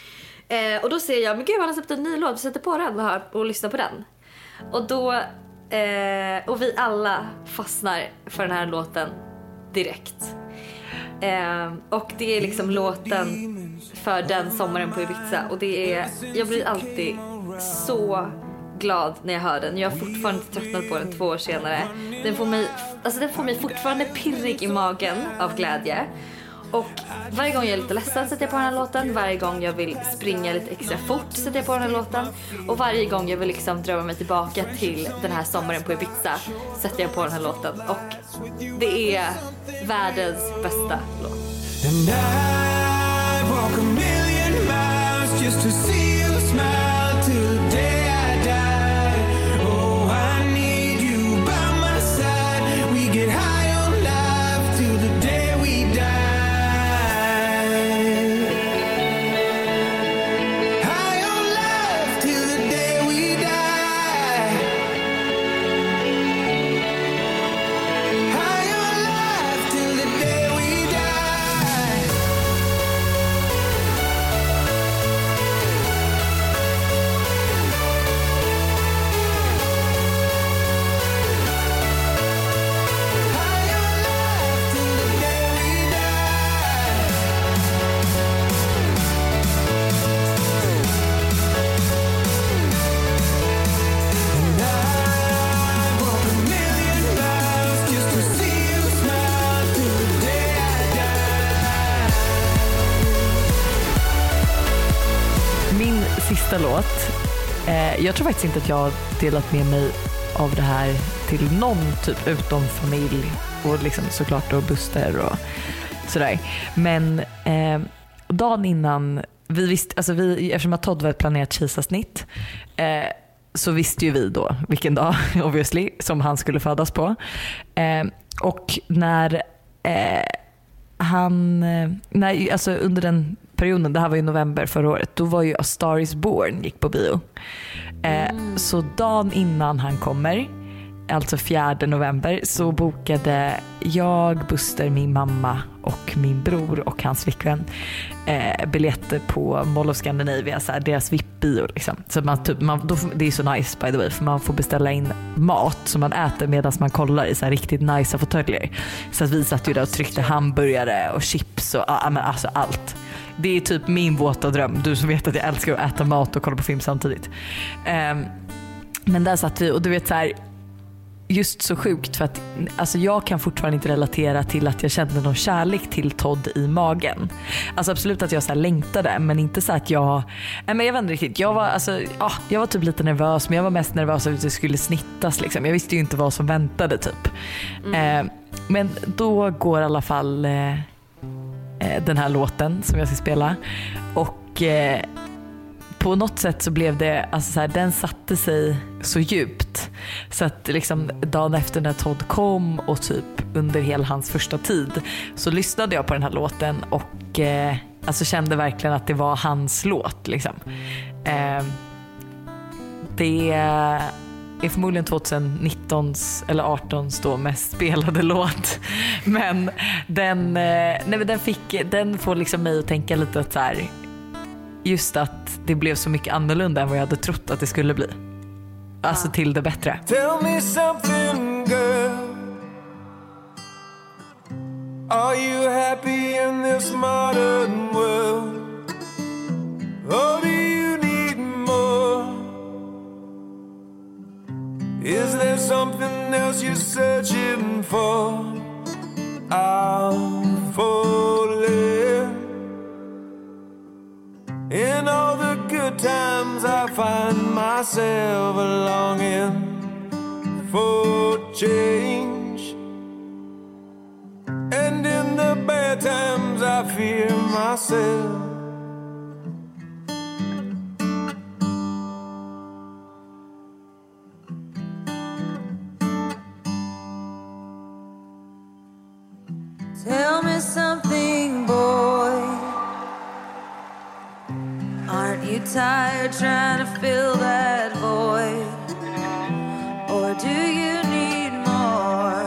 Och då ser jag, men gud, han har släppt en ny låt, vi sätter på den och lyssnar på den. Och då Och vi alla fastnar för den här låten direkt. Och det är liksom låten för den sommaren på Ibiza. Och det är, jag blir alltid så glad när jag hör den. Jag har fortfarande inte tröttnat på den 2 år senare. Den får mig fortfarande pirrig i magen av glädje. Och varje gång jag är lite ledsen sätter jag på den här låten. Varje gång jag vill springa lite extra fort sätter jag på den här låten. Och varje gång jag vill liksom drömma mig tillbaka till den här sommaren på Ibiza sätter jag på den här låten. Och det är världens bästa låt. And I walk a million miles just to see you smile till the day I die. Oh, I need you by my side. We get high on life till the day we die. High on life till the day we die. High on life till the day we die. Min sista låt, jag tror faktiskt inte att jag har delat med mig av det här till någon typ utom familj och liksom såklart då Buster och sådär. Men dagen innan vi visste, alltså eftersom att Todd var ett planerat kejsarsnitt så visste ju vi då vilken dag obviously som han skulle födas på. Och när alltså under den perioden, det här var ju november förra året, då var ju A Star Is Born gick på bio. Så dagen innan han kommer, alltså 4 november, så bokade jag, Buster, min mamma och min bror och hans flickvän biljetter på Mall of Scandinavia, så här, deras VIP-bio liksom. Så det är så nice by the way, för man får beställa in mat som man äter medan man kollar i så här riktigt nice fåtöljer. Så att vi satt ju där och tryckte hamburgare och chips och alltså allt. Det är typ min våta dröm. Du som vet att jag älskar att äta mat och kolla på film samtidigt. Men där satt vi och du vet så här, just så sjukt för att alltså jag kan fortfarande inte relatera till att jag kände någon kärlek till Todd i magen. Alltså absolut att jag så här längtade, men inte så att jag vet inte riktigt. Jag var typ lite nervös, men jag var mest nervös att det skulle snittas liksom. Jag visste ju inte vad som väntade typ. Men då går i alla fall den här låten som jag ska spela och på något sätt så blev det, alltså så här, den satte sig så djupt så att liksom dagen efter när Todd kom och typ under hela hans första tid så lyssnade jag på den här låten och alltså kände verkligen att det var hans låt liksom. Det är förmodligen 2019 eller 18s då mest spelade låt, men den får liksom mig att tänka lite att så här, just att det blev så mycket annorlunda än vad jag hade trott att det skulle bli. Alltså till det bättre. Tell me something, girl. Are you happy in this modern world? Or do you need more? Is there something else you're searching for? I'm falling. In all the good times I find myself longing for change. And in the bad times I fear myself. Tell me something, boy. Aren't you tired trying to fill that void? Or do you need more?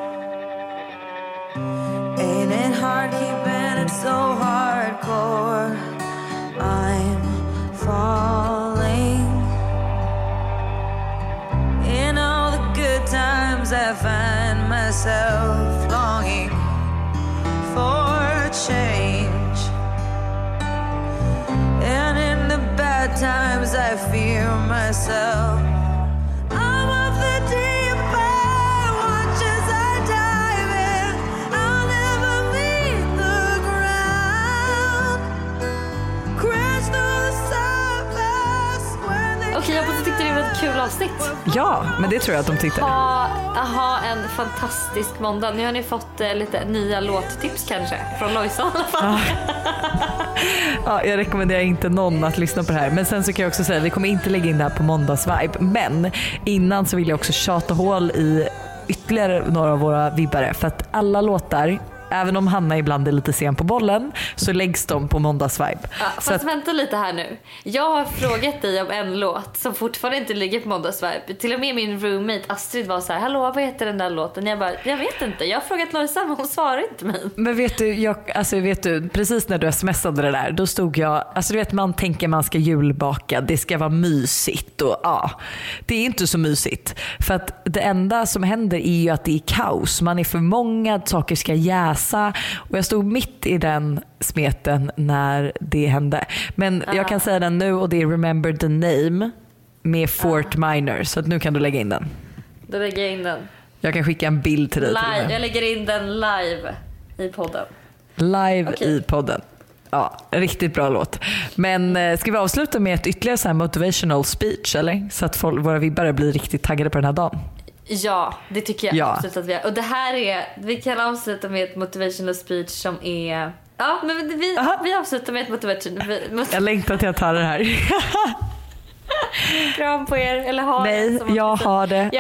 Ain't it hard keeping it so hardcore? I'm falling. In all the myself longing for change. And in the bad times I fear myself. I'm of the deep end, watch as I dive in. I'll never meet the ground. Crash through the surface when they Okej, jag hoppas du tyckte det var ett kul avsnitt. Ja, men det tror jag att de tyckte. Ha en fantastisk måndag. Nu har ni fått lite nya låttips kanske från Lojsan i alla fall. Ja, jag rekommenderar inte någon att lyssna på det här. Men sen så kan jag också säga, vi kommer inte lägga in det här på måndagsvibe. Men innan så vill jag också tjata hål i ytterligare några av våra vibbare. För att alla låtar, även om Hanna ibland är lite sen på bollen, så läggs de på måndagsvibe. Ja, fast vänta lite här nu. Jag har frågat dig om en låt som fortfarande inte ligger på måndagsvibe. Till och med min roommate Astrid var så här: hallå, vad heter den där låten? Jag vet inte. Jag har frågat Lojsan, men hon svarar inte mig. Men vet du, precis när du smsade det där, då stod jag, alltså du vet, man tänker man ska julbaka, det ska vara mysigt och ja, det är inte så mysigt. För att det enda som händer är ju att det är kaos. Man är för många, saker ska jäsa. Och jag stod mitt i den smeten när det hände. Men jag kan säga den nu, och det är Remember the Name med Fort Minor. Så att nu kan du lägga in den. Då lägger jag in den. Jag kan skicka en bild till dig. Live. Jag lägger in den live i podden. Live i podden. Ja, riktigt bra låt. Men ska vi avsluta med ett ytterligare så här motivational speech, eller? Så att våra vibbare blir riktigt taggade på den här dagen. Ja, det tycker jag absolut att vi har. Och det här är, vi kan avsluta med ett motivational speech som är... Ja, men vi avslutar med ett motivational... Jag längtar till att ta det här. Kram på er, eller ha det. Nej, jag har det.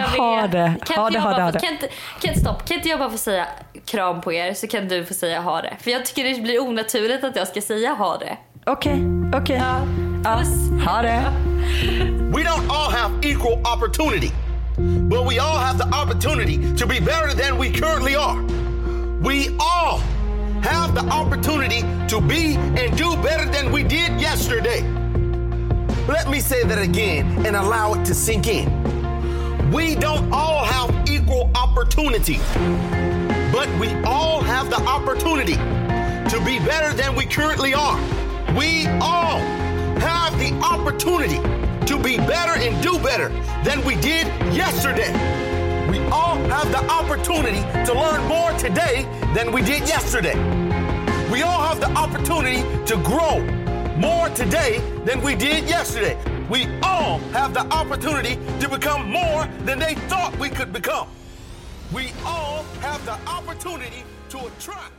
Kan inte jag bara få säga kram på er, så kan du få säga ha det. För jag tycker det blir onaturligt att jag ska säga ha det. Okej. Ja, ha det. We don't all have equal opportunity, but we all have the opportunity to be better than we currently are. We all have the opportunity to be and do better than we did yesterday. Let me say that again and allow it to sink in. We don't all have equal opportunity, but we all have the opportunity to be better than we currently are. We all have the opportunity to be better and do better than we did yesterday. We all have the opportunity to learn more today than we did yesterday. We all have the opportunity to grow more today than we did yesterday. We all have the opportunity to become more than they thought we could become. We all have the opportunity to attract